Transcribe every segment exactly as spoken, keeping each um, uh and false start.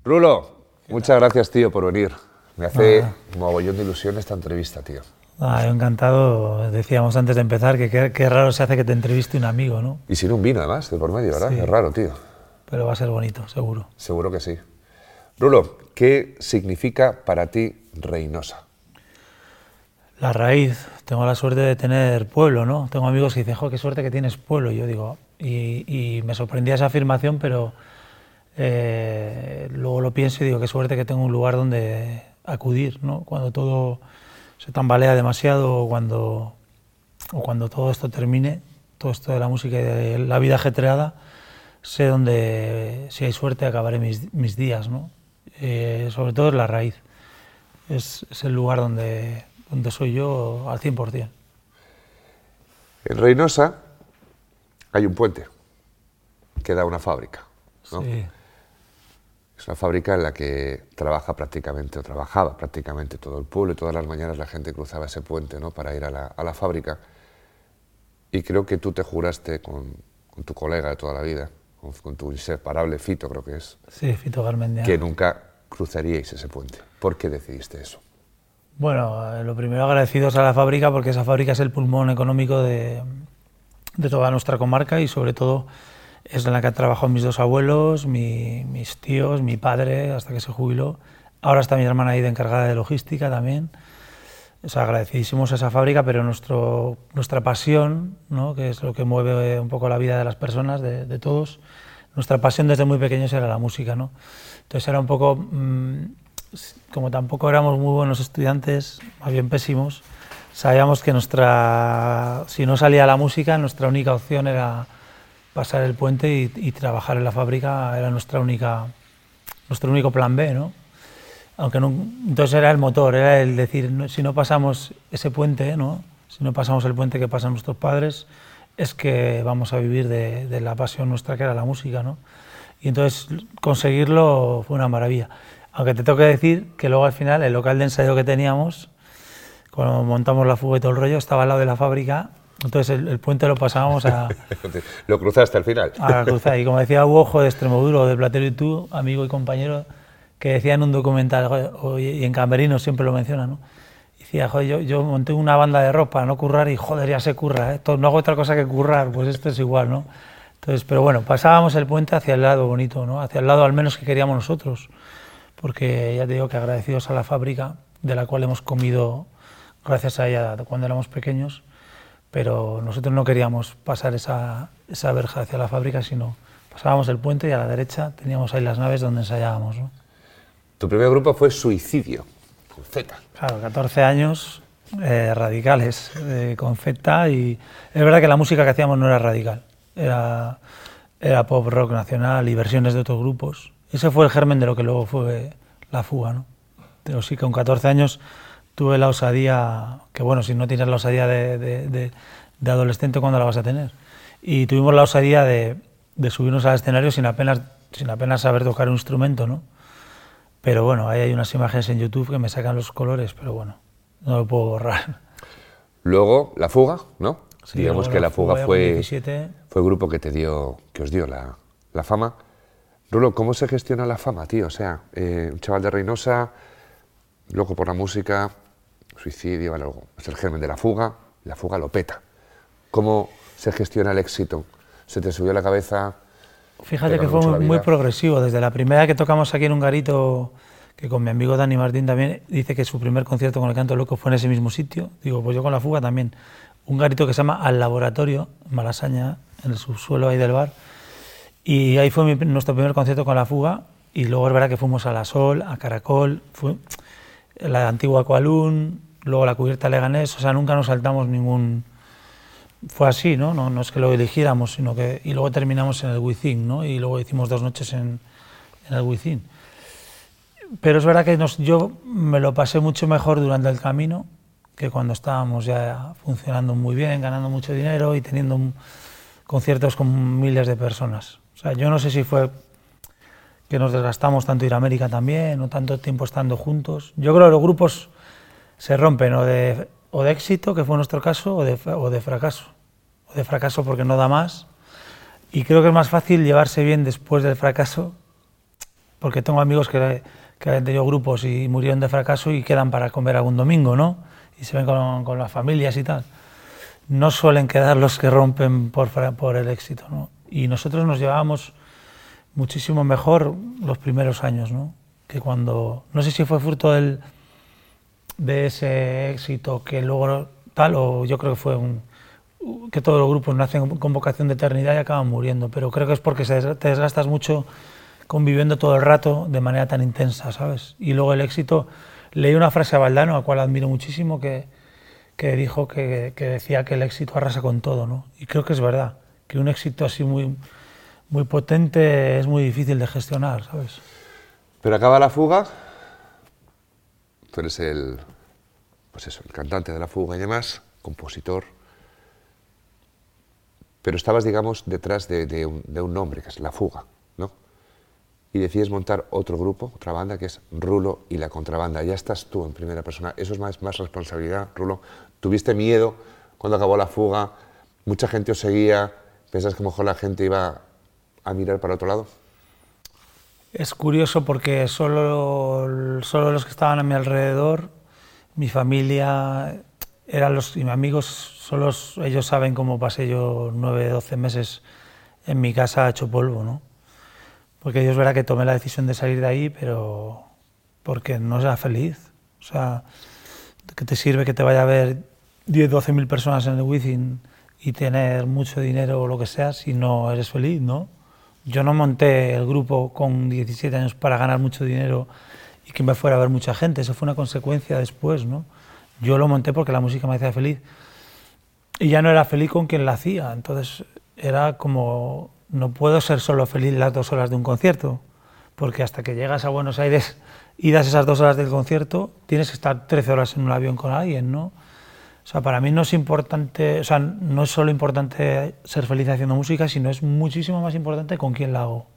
Rulo, muchas gracias, tío, por venir. Me hace ah. un mogollón de ilusión esta entrevista, tío. Ah, yo encantado. Decíamos antes de empezar que qué, qué raro se hace que te entreviste un amigo, ¿no? Y sin un vino, además, de por medio, ¿verdad? Sí. Es raro, tío. Pero va a ser bonito, seguro. Seguro que sí. Rulo, ¿qué significa para ti Reinosa? La raíz. Tengo la suerte de tener pueblo, ¿no? Tengo amigos que dicen, jo, qué suerte que tienes pueblo. Y yo digo, y, y me sorprendía esa afirmación, pero eh, luego lo pienso y digo, qué suerte que tengo un lugar donde acudir, ¿no? Cuando todo se tambalea demasiado o cuando, o cuando todo esto termine, todo esto de la música y de la vida ajetreada, sé dónde, si hay suerte, acabaré mis, mis días, ¿no? Eh, sobre todo es la raíz, es, es el lugar donde, donde soy yo al cien por cien. En Reinosa hay un puente que da a una fábrica, ¿no? Sí. Es una fábrica en la que trabaja prácticamente, o trabajaba prácticamente todo el pueblo, y todas las mañanas la gente cruzaba ese puente, ¿no?, para ir a la, a la fábrica. Y creo que tú te juraste con, con tu colega de toda la vida, con, con tu inseparable Fito, creo que es. Sí, Fito Garmendia. Que nunca cruzaríais ese puente. ¿Por qué decidiste eso? Bueno, eh, lo primero agradecidos a la fábrica, porque esa fábrica es el pulmón económico de, de toda nuestra comarca y sobre todo es en la que han trabajado mis dos abuelos, mi, mis tíos, mi padre, hasta que se jubiló. Ahora está mi hermana ahí de encargada de logística también. O sea, agradecidísimos a esa fábrica, pero nuestro, nuestra pasión, ¿no?, que es lo que mueve un poco la vida de las personas, de, de todos, nuestra pasión desde muy pequeños era la música, ¿no? Entonces era un poco, mmm, como tampoco éramos muy buenos estudiantes, más bien pésimos, sabíamos que nuestra, si no salía la música, nuestra única opción era pasar el puente y, y trabajar en la fábrica, era nuestra única, nuestro único plan B, ¿no? Aunque no, entonces era el motor, era el decir, no, si no pasamos ese puente, ¿no?, si no pasamos el puente que pasan nuestros padres, es que vamos a vivir de, de la pasión nuestra que era la música, ¿no? Y entonces conseguirlo fue una maravilla. Aunque te tengo que decir que luego al final el local de ensayo que teníamos, cuando montamos la fuga y todo el rollo, estaba al lado de la fábrica. Entonces el, el puente lo pasábamos a... ¿Lo cruzaste al final? A cruzar. Y como decía Hugo Ojo de Extremoduro, de Platero y tú, amigo y compañero, que decía en un documental, joder, y en Camerino siempre lo menciona, ¿no? Decía, joder, yo, yo monté una banda de rock para no currar y joder, ya se curra, ¿eh? No hago otra cosa que currar, pues esto es igual, ¿no? Entonces, pero bueno, pasábamos el puente hacia el lado bonito, ¿no? Hacia el lado al menos que queríamos nosotros, porque ya te digo que agradecidos a la fábrica, de la cual hemos comido gracias a ella cuando éramos pequeños, pero nosotros no queríamos pasar esa, esa verja hacia la fábrica, sino pasábamos el puente y a la derecha teníamos ahí las naves donde ensayábamos, ¿no? Tu primer grupo fue Suicidio, con Z. Claro, catorce años, eh, radicales, eh, con Z, y es verdad que la música que hacíamos no era radical, era, era pop rock nacional y versiones de otros grupos. Ese fue el germen de lo que luego fue La Fuga, ¿no? Pero sí que con catorce años tuve la osadía, que bueno, si no tienes la osadía de, de, de, de adolescente, ¿cuándo la vas a tener? Y tuvimos la osadía de, de subirnos al escenario sin apenas, sin apenas saber tocar un instrumento, ¿no? Pero bueno, ahí hay unas imágenes en YouTube que me sacan los colores, pero bueno, no lo puedo borrar. Luego, La Fuga, ¿no? Sí, digamos que La Fuga, fuga fue, fue el grupo que te dio, que os dio la, la fama. Rulo, ¿cómo se gestiona la fama, tío? O sea, eh, un chaval de Reinosa, loco por la música, Suicidio, vale, luego es el germen de La Fuga, La Fuga lo peta. ¿Cómo se gestiona el éxito? ¿Se te subió a la cabeza? Fíjate que fue muy, muy progresivo. Desde la primera que tocamos aquí en un garito, que con mi amigo Dani Martín también, dice que su primer concierto con el Canto Loco fue en ese mismo sitio. Digo, pues yo con La Fuga también. Un garito que se llama Al Laboratorio, en Malasaña, en el subsuelo ahí del bar. Y ahí fue mi, nuestro primer concierto con La Fuga. Y luego es verdad que fuimos a La Sol, a Caracol, fue la antigua Coalún, luego la Cubierta Leganés. O sea, nunca nos saltamos ningún... Fue así, ¿no? ¿no? No es que lo eligiéramos, sino que... Y luego terminamos en el Wizzing, ¿no? Y luego hicimos dos noches en, en el Wizzing. Pero es verdad que nos, yo me lo pasé mucho mejor durante el camino que cuando estábamos ya funcionando muy bien, ganando mucho dinero y teniendo un, conciertos con miles de personas. O sea, yo no sé si fue que nos desgastamos tanto ir a América también, o tanto tiempo estando juntos. Yo creo que los grupos se rompen o de... o de éxito, que fue nuestro caso, o de, o de fracaso. O de fracaso porque no da más. Y creo que es más fácil llevarse bien después del fracaso porque tengo amigos que, que han tenido grupos y murieron de fracaso y quedan para comer algún domingo, ¿no? Y se ven con, con las familias y tal. No suelen quedar los que rompen por, por el éxito, ¿no? Y nosotros nos llevábamos muchísimo mejor los primeros años, ¿no? Que cuando, no sé si fue fruto del, de ese éxito que luego tal, o yo creo que fue un, que todos los grupos nacen con vocación de eternidad y acaban muriendo, pero creo que es porque se, te desgastas mucho conviviendo todo el rato de manera tan intensa, ¿sabes? Y luego el éxito, leí una frase a Valdano, a la cual admiro muchísimo, que, que dijo que, que decía que el éxito arrasa con todo, ¿no? Y creo que es verdad, que un éxito así muy, muy potente es muy difícil de gestionar, ¿sabes? Pero acaba La Fuga, tú eres el, pues eso, el cantante de La Fuga y demás, compositor, pero estabas, digamos, detrás de, de, un, de un nombre, que es La Fuga, ¿no? Y decides montar otro grupo, otra banda, que es Rulo y la Contrabanda. Ya estás tú en primera persona, eso es más, más responsabilidad, Rulo. ¿Tuviste miedo cuando acabó La Fuga? ¿Mucha gente os seguía? ¿Pensás que a lo mejor la gente iba a mirar para otro lado? Es curioso porque solo, solo los que estaban a mi alrededor, mi familia, eran los, y mis amigos, solo ellos saben cómo pasé yo nueve, doce meses en mi casa hecho polvo, ¿no? Porque Dios verá que tomé la decisión de salir de ahí, pero porque no era feliz. O sea, ¿qué te sirve que te vaya a ver diez, doce mil personas en el Wizzing y tener mucho dinero o lo que sea si no eres feliz, ¿no? Yo no monté el grupo con diecisiete años para ganar mucho dinero y que me fuera a ver mucha gente. Eso fue una consecuencia después, ¿no? Yo lo monté porque la música me hacía feliz. Y ya no era feliz con quien la hacía. Entonces era como... No puedo ser solo feliz las dos horas de un concierto, porque hasta que llegas a Buenos Aires y das esas dos horas del concierto, tienes que estar trece horas en un avión con alguien, ¿no? O sea, para mí no es importante, o sea, no es solo importante ser feliz haciendo música, sino es muchísimo más importante con quién la hago.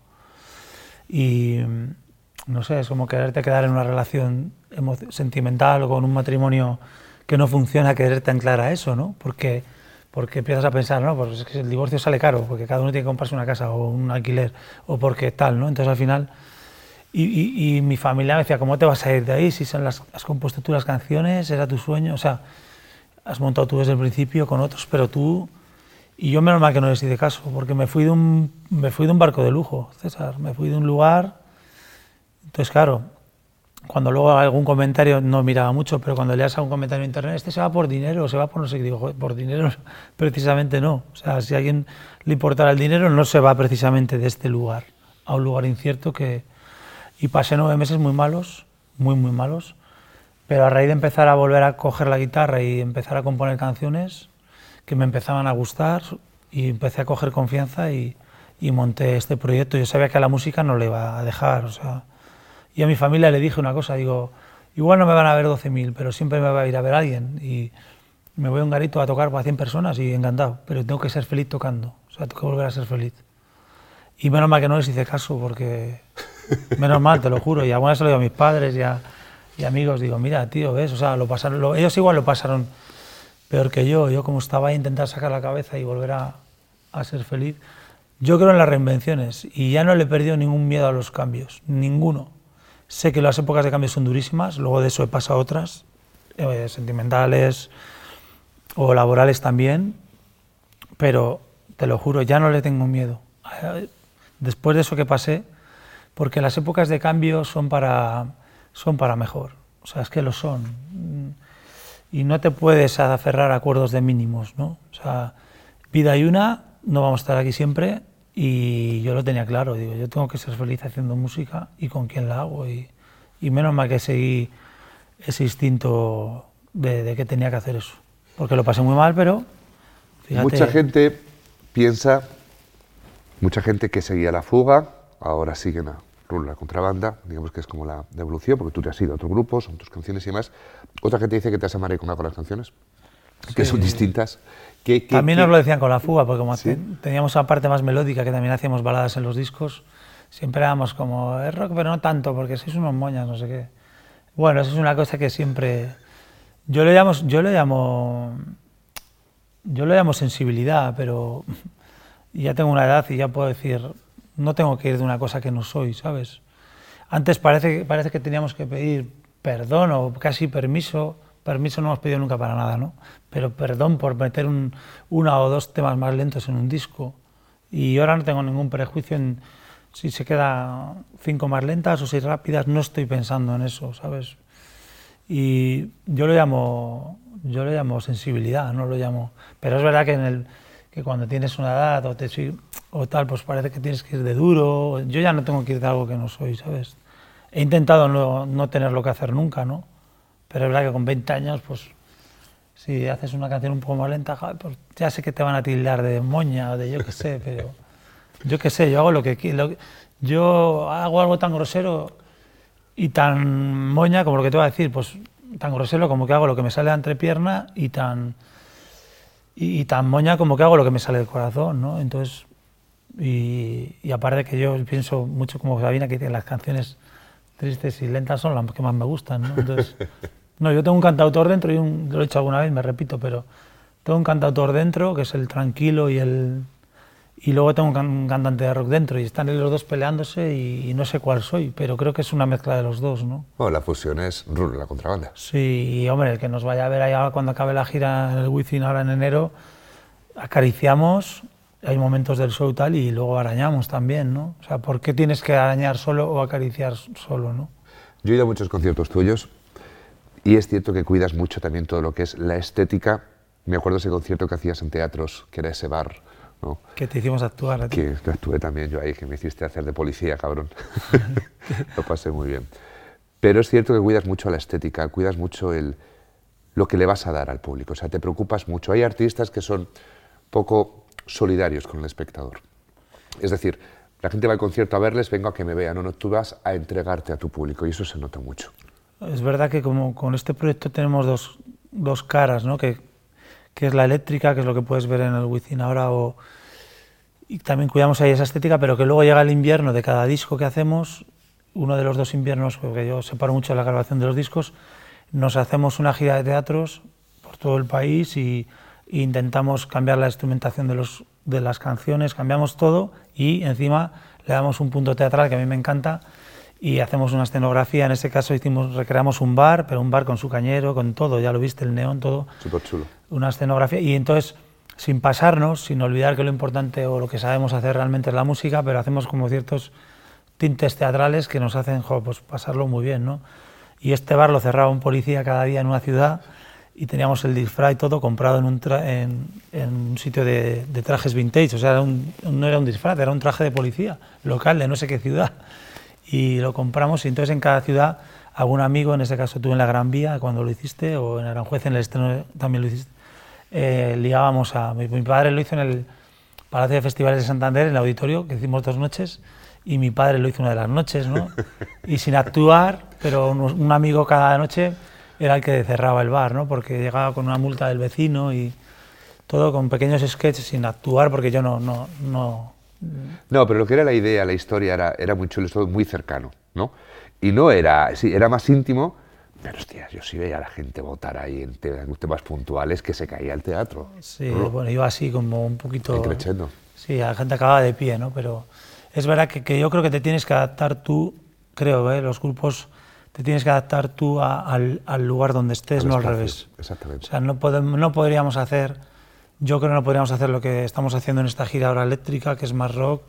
Y no sé, es como quererte quedar en una relación sentimental o con un matrimonio que no funciona, quererte anclar a eso, ¿no? Porque... porque empiezas a pensar, no, pues es que el divorcio sale caro, porque cada uno tiene que comprarse una casa o un alquiler, o porque tal, ¿no? Entonces al final, y, y, y mi familia me decía, ¿cómo te vas a ir de ahí? Si son las, has compuesto tú las canciones, era tu sueño, o sea, has montado tú desde el principio con otros, pero tú, y yo menos mal que no les hice caso, porque me fui de un, me fui de un barco de lujo, César, me fui de un lugar, entonces claro, cuando luego algún comentario, no miraba mucho, pero cuando leas algún comentario en internet, este se va por dinero, se va por no sé qué, digo, joder, por dinero precisamente no. O sea, si a alguien le importara el dinero, no se va precisamente de este lugar a un lugar incierto que... Y pasé nueve meses muy malos, muy, muy malos, pero a raíz de empezar a volver a coger la guitarra y empezar a componer canciones que me empezaban a gustar y empecé a coger confianza y, y monté este proyecto. Yo sabía que a la música no le iba a dejar, o sea... Y a mi familia le dije una cosa, digo, igual no me van a ver doce mil, pero siempre me va a ir a ver alguien y me voy a un garito a tocar para cien personas y encantado, pero tengo que ser feliz tocando, o sea, tengo que volver a ser feliz. Y menos mal que no les hice caso, porque menos mal, te lo juro, y alguna vez se lo digo a mis padres y, a, y amigos, digo, mira, tío, ¿ves? O sea, lo pasaron, lo, ellos igual lo pasaron peor que yo, yo como estaba ahí a intentar sacar la cabeza y volver a, a ser feliz. Yo creo en las reinvenciones y ya no le he perdido ningún miedo a los cambios, ninguno. Sé que las épocas de cambio son durísimas, luego de eso he pasado otras, eh, sentimentales o laborales también, pero te lo juro, ya no le tengo miedo. Después de eso que pasé, porque las épocas de cambio son para, son para mejor, o sea, es que lo son. Y no te puedes aferrar a acuerdos de mínimos, ¿no? O sea, vida hay una, no vamos a estar aquí siempre. Y yo lo tenía claro, digo, yo tengo que ser feliz haciendo música y con quién la hago. Y, y menos mal que seguí ese instinto de, de que tenía que hacer eso. Porque lo pasé muy mal, pero fíjate... Mucha gente piensa, mucha gente que seguía La Fuga, ahora siguen a Rulo la Contrabanda, digamos que es como la devolución, porque tú te has ido a otro grupo, son tus canciones y demás. Otra gente dice que te has amaricado con las canciones, sí, que son distintas. ¿Qué, qué, también qué? Nos lo decían con La Fuga, porque como ¿Sí? teníamos una parte más melódica, que también hacíamos baladas en los discos, siempre éramos como, es rock, pero no tanto, porque sois unos moñas, no sé qué. Bueno, eso es una cosa que siempre... Yo le llamo, yo le llamo, yo le llamo sensibilidad, pero ya tengo una edad y ya puedo decir, no tengo que ir de una cosa que no soy, ¿sabes? Antes parece, parece que teníamos que pedir perdón o casi permiso. Permiso no hemos pedido nunca para nada, ¿no? Pero perdón por meter un, una o dos temas más lentos en un disco. Y ahora no tengo ningún prejuicio en si se queda cinco más lentas o seis rápidas, no estoy pensando en eso, ¿sabes? Y yo lo llamo, yo lo llamo sensibilidad, no lo llamo... Pero es verdad que, en el, que cuando tienes una edad o, te, o tal, pues parece que tienes que ir de duro. Yo ya no tengo que ir de algo que no soy, ¿sabes? He intentado no, no tenerlo que hacer nunca, ¿no? Pero es verdad que con veinte años, pues, si haces una canción un poco más lenta, pues ya sé que te van a tildar de moña o de yo qué sé, pero yo qué sé, yo hago lo que quiero. Yo hago algo tan grosero y tan moña como lo que te voy a decir, pues tan grosero como que hago lo que me sale de entrepierna y tan, y, y tan moña como que hago lo que me sale del corazón, ¿no? Entonces, y, y aparte que yo pienso mucho como Sabina, que las canciones tristes y lentas son las que más me gustan, ¿no? Entonces, no, yo tengo un cantautor dentro, y un, lo he dicho alguna vez, me repito, pero tengo un cantautor dentro, que es el tranquilo y el... Y luego tengo un, can, un cantante de rock dentro, y están los dos peleándose y, y no sé cuál soy, pero creo que es una mezcla de los dos, ¿no? Bueno, la fusión es Rulo, la contrabanda. Sí, y hombre, el que nos vaya a ver allá cuando acabe la gira en el Wizzing ahora en enero, acariciamos, hay momentos del show tal, y luego arañamos también, ¿no? O sea, ¿por qué tienes que arañar solo o acariciar solo, no? Yo he ido a muchos conciertos tuyos, y es cierto que cuidas mucho también todo lo que es la estética. Me acuerdo ese concierto que hacías en teatros, que era ese bar, ¿no? Que te hicimos actuar a ti. Que, que actué también yo ahí, que me hiciste hacer de policía, cabrón. Lo pasé muy bien. Pero es cierto que cuidas mucho la estética, cuidas mucho el, lo que le vas a dar al público, o sea, te preocupas mucho. Hay artistas que son poco solidarios con el espectador. Es decir, la gente va al concierto a verles, vengo a que me vean, no, no, tú vas a entregarte a tu público, y eso se nota mucho. Es verdad que como con este proyecto tenemos dos, dos caras, ¿no? Que, que es la eléctrica, que es lo que puedes ver en el Wizzing ahora, o, y también cuidamos ahí esa estética, pero que luego llega el invierno de cada disco que hacemos, uno de los dos inviernos, porque yo separo mucho la grabación de los discos, nos hacemos una gira de teatros por todo el país y, y intentamos cambiar la instrumentación de, los, de las canciones, cambiamos todo y encima le damos un punto teatral que a mí me encanta, y hacemos una escenografía. En ese caso hicimos, recreamos un bar, pero un bar con su cañero, con todo, ya lo viste, el neón, todo. Súper chulo. Una escenografía, y entonces, sin pasarnos, sin olvidar que lo importante o lo que sabemos hacer realmente es la música, pero hacemos como ciertos tintes teatrales que nos hacen, jo, pues pasarlo muy bien, ¿no? Y este bar lo cerraba un policía cada día en una ciudad, y teníamos el disfraz y todo comprado en un, tra en, en un sitio de, de trajes vintage, o sea, era un, no era un disfraz, era un traje de policía local de no sé qué ciudad. Y lo compramos, y entonces en cada ciudad algún amigo, en ese caso tú en la Gran Vía cuando lo hiciste, o en Aranjuez en el estreno también lo hiciste, eh, ligábamos a... Mi, mi padre lo hizo en el Palacio de Festivales de Santander, en el auditorio, que hicimos dos noches, y mi padre lo hizo una de las noches, ¿no? Y sin actuar, pero un, un amigo cada noche era el que cerraba el bar, ¿no? Porque llegaba con una multa del vecino y todo con pequeños sketches sin actuar, porque yo no... no, no No, pero lo que era la idea, la historia, era, era muy chulo, es todo muy cercano, ¿no? Y no era, sí, era más íntimo, pero hostia, yo sí veía a la gente votar ahí en temas puntuales que se caía el teatro. Sí, ¿no? Bueno, iba así como un poquito... Increchendo. Sí, la gente acababa de pie, ¿no? Pero es verdad que, que yo creo que te tienes que adaptar tú, creo, ¿eh? Los grupos, te tienes que adaptar tú a, al, al lugar donde estés, al no espacio, al revés. Exactamente. O sea, no, podemos, no podríamos hacer... Yo creo que no podríamos hacer lo que estamos haciendo en esta gira ahora eléctrica, que es más rock.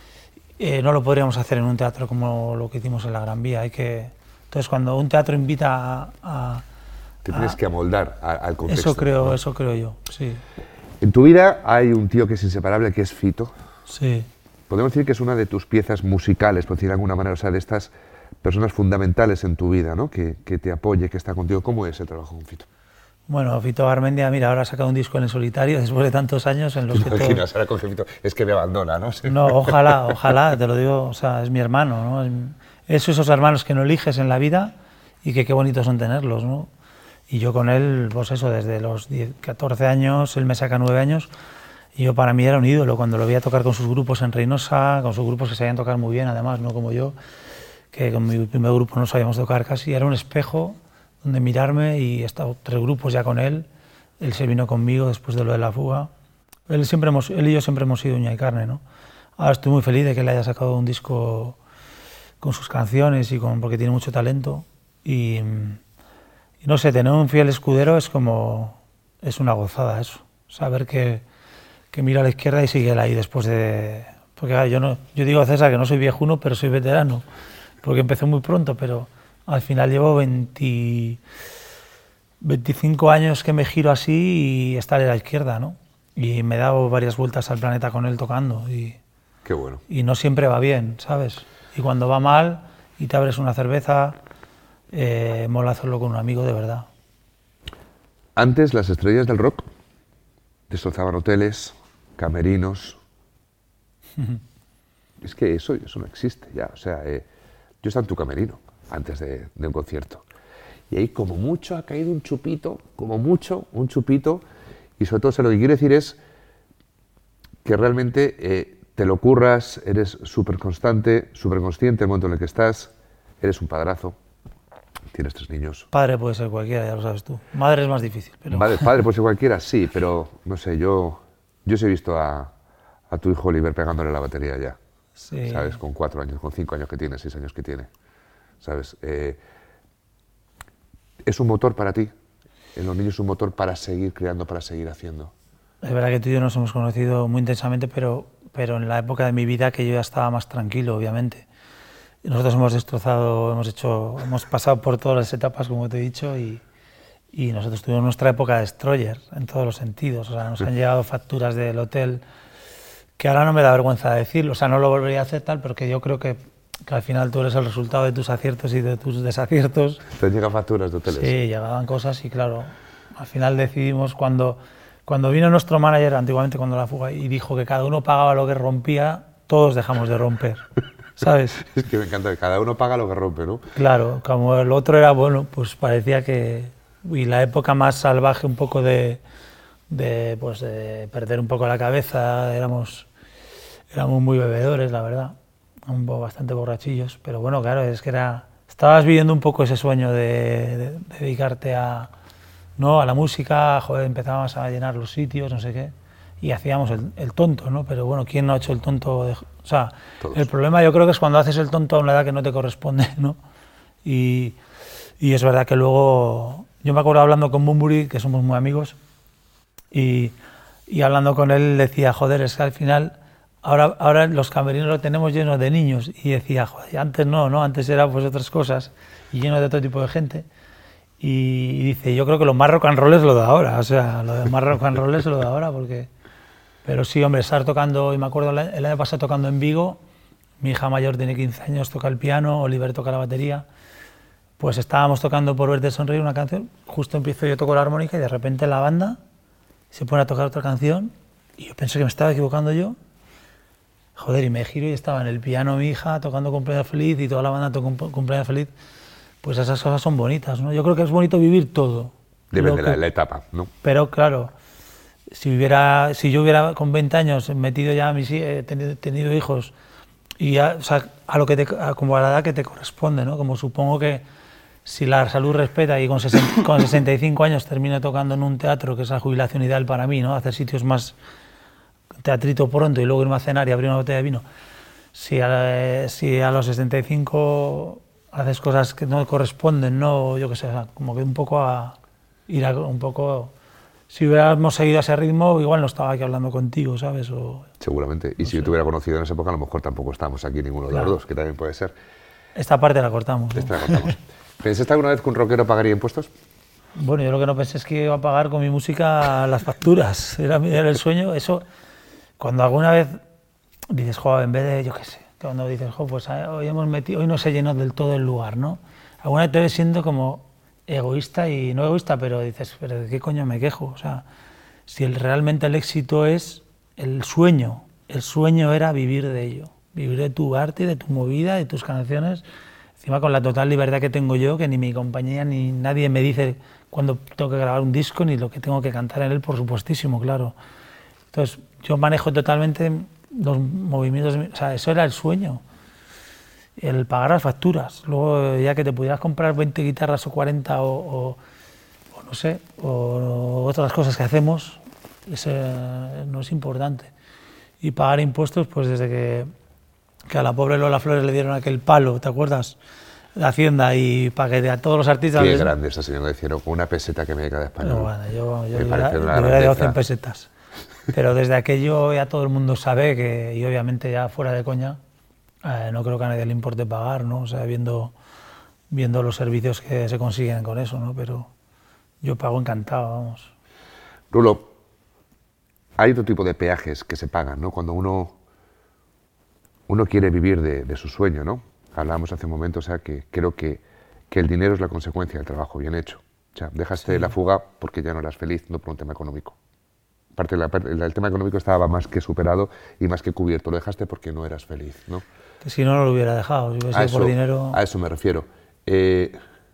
Eh, no lo podríamos hacer en un teatro como lo que hicimos en la Gran Vía. Hay que... Entonces, cuando un teatro invita a... a Te tienes a, que amoldar a, al contexto. Eso creo, ¿no? Eso creo yo, sí. En tu vida hay un tío que es inseparable, que es Fito. Sí. Podemos decir que es una de tus piezas musicales, por decir de alguna manera, o sea, de estas personas fundamentales en tu vida, ¿no? Que, que te apoye, que está contigo. ¿Cómo es el trabajo con Fito? Bueno, Fito Garmendia, mira, ahora ha sacado un disco en el solitario después de tantos años en los que todo... ahora con Fito, es que me abandona, ¿no? Sí. No, ojalá, ojalá, te lo digo, o sea, es mi hermano, ¿no? Es esos hermanos que no eliges en la vida y que qué bonitos son tenerlos, ¿no? Y yo con él, pues eso, desde los diez, catorce años, él me saca nueve años, y yo para mí era un ídolo cuando lo veía tocar con sus grupos en Reynosa, con sus grupos que sabían tocar muy bien, además, no como yo, que con mi primer grupo no sabíamos tocar casi, era un espejo donde mirarme, y he estado tres grupos ya con él. Él se vino conmigo después de lo de la fuga. Él, siempre hemos, él y yo siempre hemos sido uña y carne, ¿no? Ahora estoy muy feliz de que le haya sacado un disco con sus canciones y con porque tiene mucho talento. Y, y no sé, tener un fiel escudero es como, es una gozada eso, saber que, que mira a la izquierda y sigue él ahí después de... Porque claro, yo, no, yo digo a César que no soy viejuno, pero soy veterano, porque empecé muy pronto, pero al final llevo veinte, veinticinco años que me giro así y estar a la izquierda, ¿no? Y me he dado varias vueltas al planeta con él tocando. Y, Qué bueno. Y no siempre va bien, ¿sabes? Y cuando va mal y te abres una cerveza, eh, mola hacerlo con un amigo de verdad. Antes las estrellas del rock destrozaban hoteles, camerinos. Es que eso, eso no existe ya. O sea, eh, yo estaba en tu camerino antes de, de un concierto. Y ahí como mucho ha caído un chupito, como mucho, un chupito. Y sobre todo, o sea, lo que quiero decir es que realmente eh, te lo curras, eres súper constante, súper consciente del momento en el que estás, eres un padrazo, tienes tres niños. Padre puede ser cualquiera, ya lo sabes tú. Madre es más difícil. Pero... Padre, padre puede ser cualquiera, sí, pero no sé, yo, yo sí he visto a, a tu hijo Oliver pegándole la batería ya. Sí. ¿Sabes? Con cuatro años, con cinco años que tiene, seis años que tiene. ¿Sabes? Eh, ¿Es un motor para ti? En los niños es un motor para seguir creando, para seguir haciendo. Es verdad que tú y yo nos hemos conocido muy intensamente, pero, pero en la época de mi vida que yo ya estaba más tranquilo, obviamente. Y nosotros hemos destrozado, hemos hecho, hemos pasado por todas las etapas, como te he dicho, y, y nosotros tuvimos nuestra época de destroyer en todos los sentidos. O sea, nos han llegado facturas del hotel que ahora no me da vergüenza decirlo, o sea, no lo volvería a hacer tal, pero que yo creo que, que al final tú eres el resultado de tus aciertos y de tus desaciertos. ¿Te llegan facturas de hoteles? Sí, llegaban cosas y claro, al final decidimos cuando, cuando vino nuestro manager, antiguamente cuando la fuga, y dijo que cada uno pagaba lo que rompía, todos dejamos de romper, ¿sabes? Es que me encanta que cada uno paga lo que rompe, ¿no? Claro, como el otro era bueno, pues parecía que... Y la época más salvaje un poco de, de, pues de perder un poco la cabeza, éramos, éramos muy bebedores, la verdad, un poco bastante borrachillos, pero bueno, claro, es que era... Estabas viviendo un poco ese sueño de, de, de dedicarte a, ¿no? a la música, joder, empezábamos a llenar los sitios, no sé qué, y hacíamos el, el tonto, ¿no? Pero bueno, ¿quién no ha hecho el tonto? De, o sea, Todos. El problema yo creo que es cuando haces el tonto a una edad que no te corresponde, ¿no? Y, y es verdad que luego, yo me acuerdo hablando con Bunbury, que somos muy amigos, y, y hablando con él decía, joder, es que al final... Ahora, ahora los camerinos los tenemos llenos de niños y decía, joder, antes no, no, antes era pues otras cosas y lleno de otro tipo de gente. Y, y dice, yo creo que lo más rock and roll es lo de ahora, o sea, lo de más rock and roll es lo de ahora, porque... Pero sí, hombre, estar tocando, y me acuerdo el año pasado tocando en Vigo, mi hija mayor tiene quince años, toca el piano, Oliver toca la batería, pues estábamos tocando Por Verte Sonreír una canción, justo empiezo yo toco la armónica y de repente la banda se pone a tocar otra canción y yo pensé que me estaba equivocando yo. Joder, y me giro y estaba en el piano mi hija tocando Cumpleaños Feliz y toda la banda tocando Cumpleaños Feliz. Pues esas cosas son bonitas, ¿no? Yo creo que es bonito vivir todo. Depende de la, que, la etapa, ¿no? Pero claro, si, hubiera, si yo hubiera con veinte años metido ya a mis eh, tenido, tenido hijos y ya, o sea, a lo que te, a, como a la edad que te corresponde, ¿no? Como supongo que si la salud respeta y con, sesenta, con sesenta y cinco años termino tocando en un teatro, que es la jubilación ideal para mí, ¿no? Hacer sitios más... teatrito pronto y luego irme a cenar y abrir una botella de vino. Si a, si a los sesenta y cinco haces cosas que no corresponden, no, yo qué sé, como que un poco a ir a un poco... Si hubiéramos seguido a ese ritmo, igual no estaba aquí hablando contigo, ¿sabes? O, Seguramente. Y no si sé. yo te hubiera conocido en esa época, a lo mejor tampoco estábamos aquí ninguno de claro. los dos, que también puede ser. Esta parte la cortamos. ¿no? Esta la cortamos. ¿Pensaste alguna vez que un rockero pagaría impuestos? Bueno, yo lo que no pensé es que iba a pagar con mi música las facturas. Era, era el sueño. Eso, cuando alguna vez dices, joder, en vez de, yo qué sé, cuando dices, jo, pues hoy hemos metido, hoy no se llenó del todo el lugar, ¿no? Alguna vez te ves siendo como egoísta y no egoísta, pero dices, pero ¿de qué coño me quejo? O sea, si el, realmente el éxito es el sueño, el sueño era vivir de ello, vivir de tu arte, de tu movida, de tus canciones, encima con la total libertad que tengo yo, que ni mi compañía ni nadie me dice cuándo tengo que grabar un disco, ni lo que tengo que cantar en él, por supuestísimo, claro. Entonces, yo manejo totalmente los movimientos, o sea, eso era el sueño, el pagar las facturas, luego ya que te pudieras comprar veinte guitarras o cuarenta o, o, o no sé, o, o otras cosas que hacemos, eso no es importante. Y pagar impuestos, pues desde que, que a la pobre Lola Flores le dieron aquel palo, ¿te acuerdas? La Hacienda, y para que a todos los artistas... Qué les... grande esa señora, le hicieron con una peseta que me cada español. No, bueno, yo, yo me hubiera, parece una yo hubiera de grandeza. cien pesetas. Pero desde aquello ya todo el mundo sabe que, y obviamente ya fuera de coña, eh, no creo que a nadie le importe pagar, ¿no? O sea, viendo, viendo los servicios que se consiguen con eso, ¿no? Pero yo pago encantado, vamos. Rulo, hay otro tipo de peajes que se pagan, ¿no? Cuando uno, uno quiere vivir de, de su sueño, ¿no? Hablábamos hace un momento, o sea, que creo que, que el dinero es la consecuencia del trabajo bien hecho. O sea, dejaste Sí. la fuga porque ya no eras feliz, no por un tema económico. Aparte, la, el tema económico estaba más que superado y más que cubierto. Lo dejaste porque no eras feliz, ¿no? Que si no, no lo hubiera dejado. Si hubiera A sido eso, por dinero... a eso me refiero. Eh,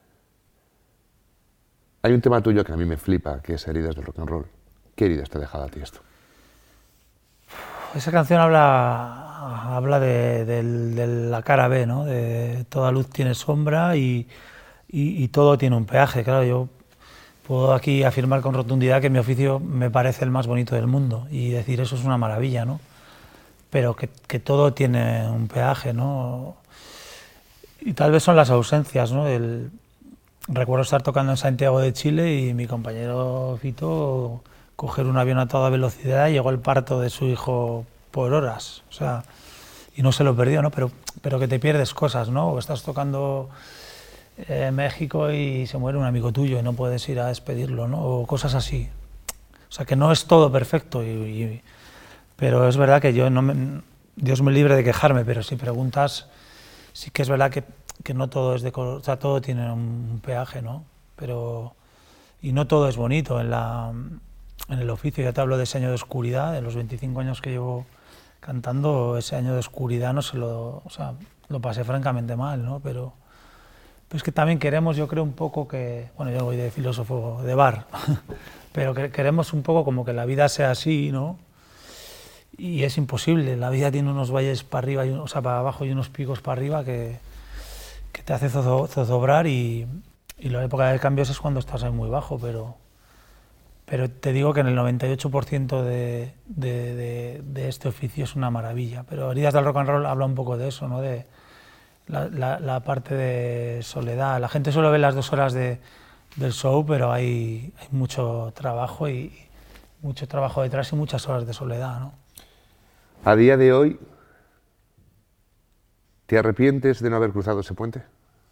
hay un tema tuyo que a mí me flipa, que es heridas del rock and roll. ¿Qué heridas te ha dejado a ti esto? Esa canción habla, habla de, de, de la cara B, ¿no? De toda luz tiene sombra y, y, y todo tiene un peaje. Claro, yo puedo aquí afirmar con rotundidad que mi oficio me parece el más bonito del mundo y decir eso es una maravilla, ¿no? Pero que, que todo tiene un peaje, ¿no? Y tal vez son las ausencias, ¿no? El, recuerdo estar tocando en Santiago de Chile y mi compañero Fito coger un avión a toda velocidad y llegó el parto de su hijo por horas, o sea, y no se lo perdió, ¿no? Pero, pero que te pierdes cosas, ¿no? O estás tocando en eh, México y se muere un amigo tuyo y no puedes ir a despedirlo, ¿no? O cosas así. O sea, que no es todo perfecto, y, y, pero es verdad que yo no me, Dios me libre de quejarme, pero si preguntas, sí que es verdad que, que no todo es de color, o sea, todo tiene un peaje, ¿no? Pero, y no todo es bonito en la... En el oficio, ya te hablo de ese año de oscuridad, de los veinticinco años que llevo cantando, ese año de oscuridad no se lo, o sea, lo pasé francamente mal, ¿no? Pero, pero es que también queremos, yo creo un poco que, bueno, yo voy de filósofo de bar, pero que queremos un poco como que la vida sea así, ¿no? Y es imposible, la vida tiene unos valles para arriba, y, o sea, para abajo y unos picos para arriba que, que te hace zozo, zozobrar y, y la época de cambios es cuando estás ahí muy bajo, pero... Pero te digo que en el noventa y ocho por ciento de, de, de, de este oficio es una maravilla. Pero Heridas del Rock and Roll habla un poco de eso, ¿no? De la, la, la parte de soledad. La gente solo ve las dos horas de, del show, pero hay, hay mucho trabajo y mucho trabajo detrás y muchas horas de soledad, ¿no? A día de hoy, ¿te arrepientes de no haber cruzado ese puente?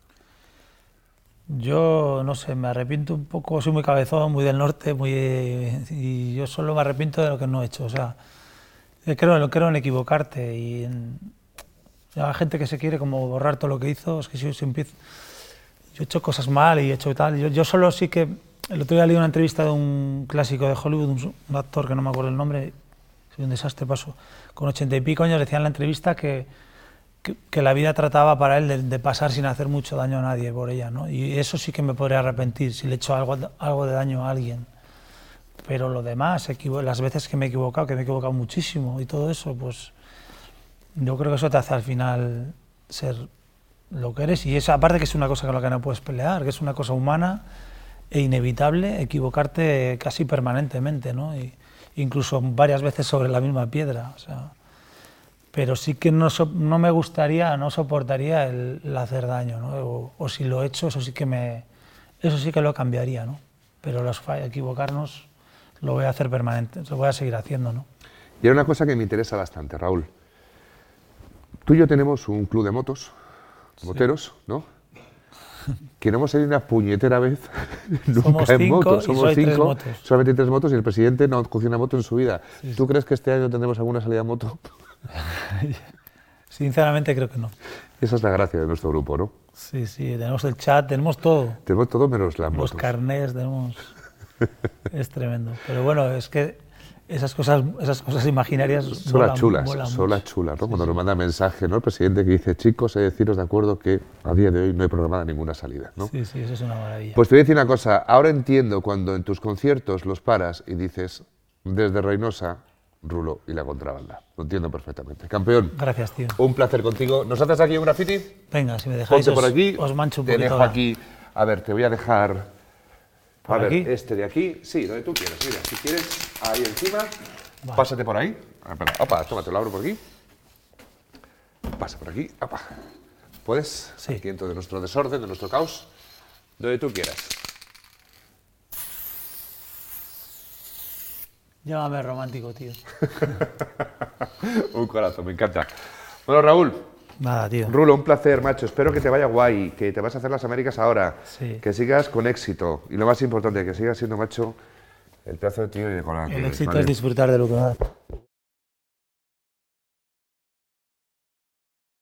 Yo, no sé, me arrepiento un poco, soy muy cabezón, muy del norte, muy, y yo solo me arrepiento de lo que no he hecho. O sea, creo, creo en equivocarte y en, hay gente que se quiere como borrar todo lo que hizo. Es que si, si empiezo, yo he hecho cosas mal y he hecho tal. Yo, yo solo sí que, el otro día leí una entrevista de un clásico de Hollywood, un, un actor que no me acuerdo el nombre, soy un desastre, paso, con ochenta y pico años, decía en la entrevista que Que, que la vida trataba para él de, de pasar sin hacer mucho daño a nadie por ella, ¿no? Y eso sí que me podría arrepentir si le he hecho algo, algo de daño a alguien. Pero lo demás, las veces que me he equivocado, que me he equivocado muchísimo y todo eso, pues yo creo que eso te hace al final ser lo que eres. Y eso, aparte que es una cosa con la que no puedes pelear, que es una cosa humana e inevitable, equivocarte casi permanentemente, ¿no? Y, incluso varias veces sobre la misma piedra, o sea... Pero sí que no, so, no me gustaría, no soportaría el, el hacer daño, ¿no? O, o si lo he hecho, eso sí que me, eso sí que lo cambiaría, ¿no? Pero los equivocarnos lo voy a hacer permanente, lo voy a seguir haciendo, ¿no? Y hay una cosa que me interesa bastante, Raúl. Tú y yo tenemos un club de motos, moteros, sí, ¿no? Que no hemos salido una puñetera vez nunca somos en cinco moto. Somos y cinco, tres motos. solamente tres motos y el presidente no cogió una moto en su vida. Sí, ¿Tú sí. crees que este año tendremos alguna salida a moto? Sinceramente creo que no. Esa es la gracia de nuestro grupo, ¿no? Sí, sí, tenemos el chat, tenemos todo. Tenemos todo menos las motos. Los carnés, tenemos... Es tremendo. Pero bueno, es que esas cosas, esas cosas imaginarias son molan, las chulas, molan son las mucho. chulas, ¿no? Sí, Cuando sí. nos manda mensaje, ¿no? El presidente que dice, chicos, he de deciros de acuerdo que a día de hoy no hay programada ninguna salida, ¿no? Sí, sí, eso es una maravilla. Pues te voy a decir una cosa, ahora entiendo cuando en tus conciertos los paras y dices, desde Reynosa, Rulo y la contrabanda. Lo entiendo perfectamente. Campeón. Gracias, tío. Un placer contigo. ¿Nos haces aquí un graffiti? Venga, si me dejáis, Ponte por os, aquí. os mancho un te poquito. dejo ahora. aquí. A ver, te voy a dejar... ¿Por a ver, aquí? este de aquí. Sí, donde tú quieras. Mira, si quieres, ahí encima. Vale. Pásate por ahí. Ah, espera, opa, toma, te lo abro por aquí. pasa por aquí, apa. ¿Puedes? Sí. Aquí dentro de nuestro desorden, de nuestro caos, donde tú quieras. Llámame romántico, tío. Un corazón, me encanta. Bueno, Raúl. Nada, tío. Rulo, un placer, macho. Espero que te vaya guay, que te vas a hacer las Américas ahora, Sí. que sigas con éxito. Y lo más importante, que sigas siendo, macho, el pedazo de tío y de corazón. El éxito es disfrutar de lo que vas.